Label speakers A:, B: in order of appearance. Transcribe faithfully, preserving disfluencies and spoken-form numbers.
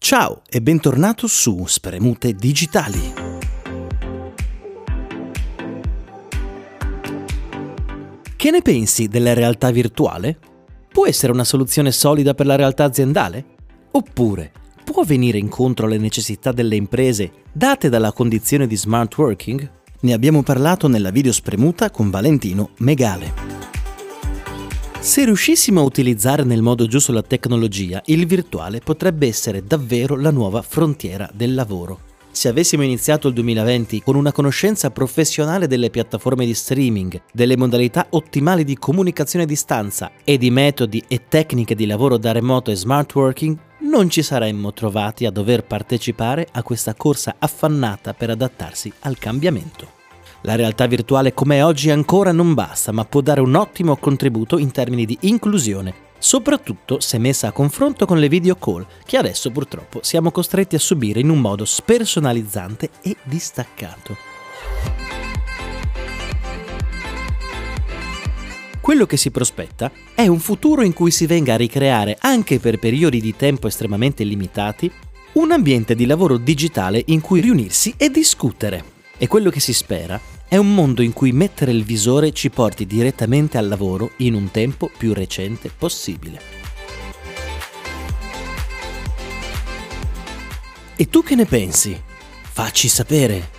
A: Ciao e bentornato su Spremute Digitali. Che ne pensi della realtà virtuale? Può essere una soluzione solida per la realtà aziendale? Oppure può venire incontro alle necessità delle imprese date dalla condizione di smart working? Ne abbiamo parlato nella video spremuta con Valentino Megale. Se riuscissimo a utilizzare nel modo giusto la tecnologia, il virtuale potrebbe essere davvero la nuova frontiera del lavoro. Se avessimo iniziato il duemilaventi con una conoscenza professionale delle piattaforme di streaming, delle modalità ottimali di comunicazione a distanza e di metodi e tecniche di lavoro da remoto e smart working, non ci saremmo trovati a dover partecipare a questa corsa affannata per adattarsi al cambiamento. La realtà virtuale come è oggi ancora non basta, ma può dare un ottimo contributo in termini di inclusione, soprattutto se messa a confronto con le video call, che adesso purtroppo siamo costretti a subire in un modo spersonalizzante e distaccato. Quello che si prospetta è un futuro in cui si venga a ricreare, anche per periodi di tempo estremamente limitati, un ambiente di lavoro digitale in cui riunirsi e discutere. E quello che si spera è un mondo in cui mettere il visore ci porti direttamente al lavoro in un tempo più recente possibile. E tu che ne pensi? Facci sapere!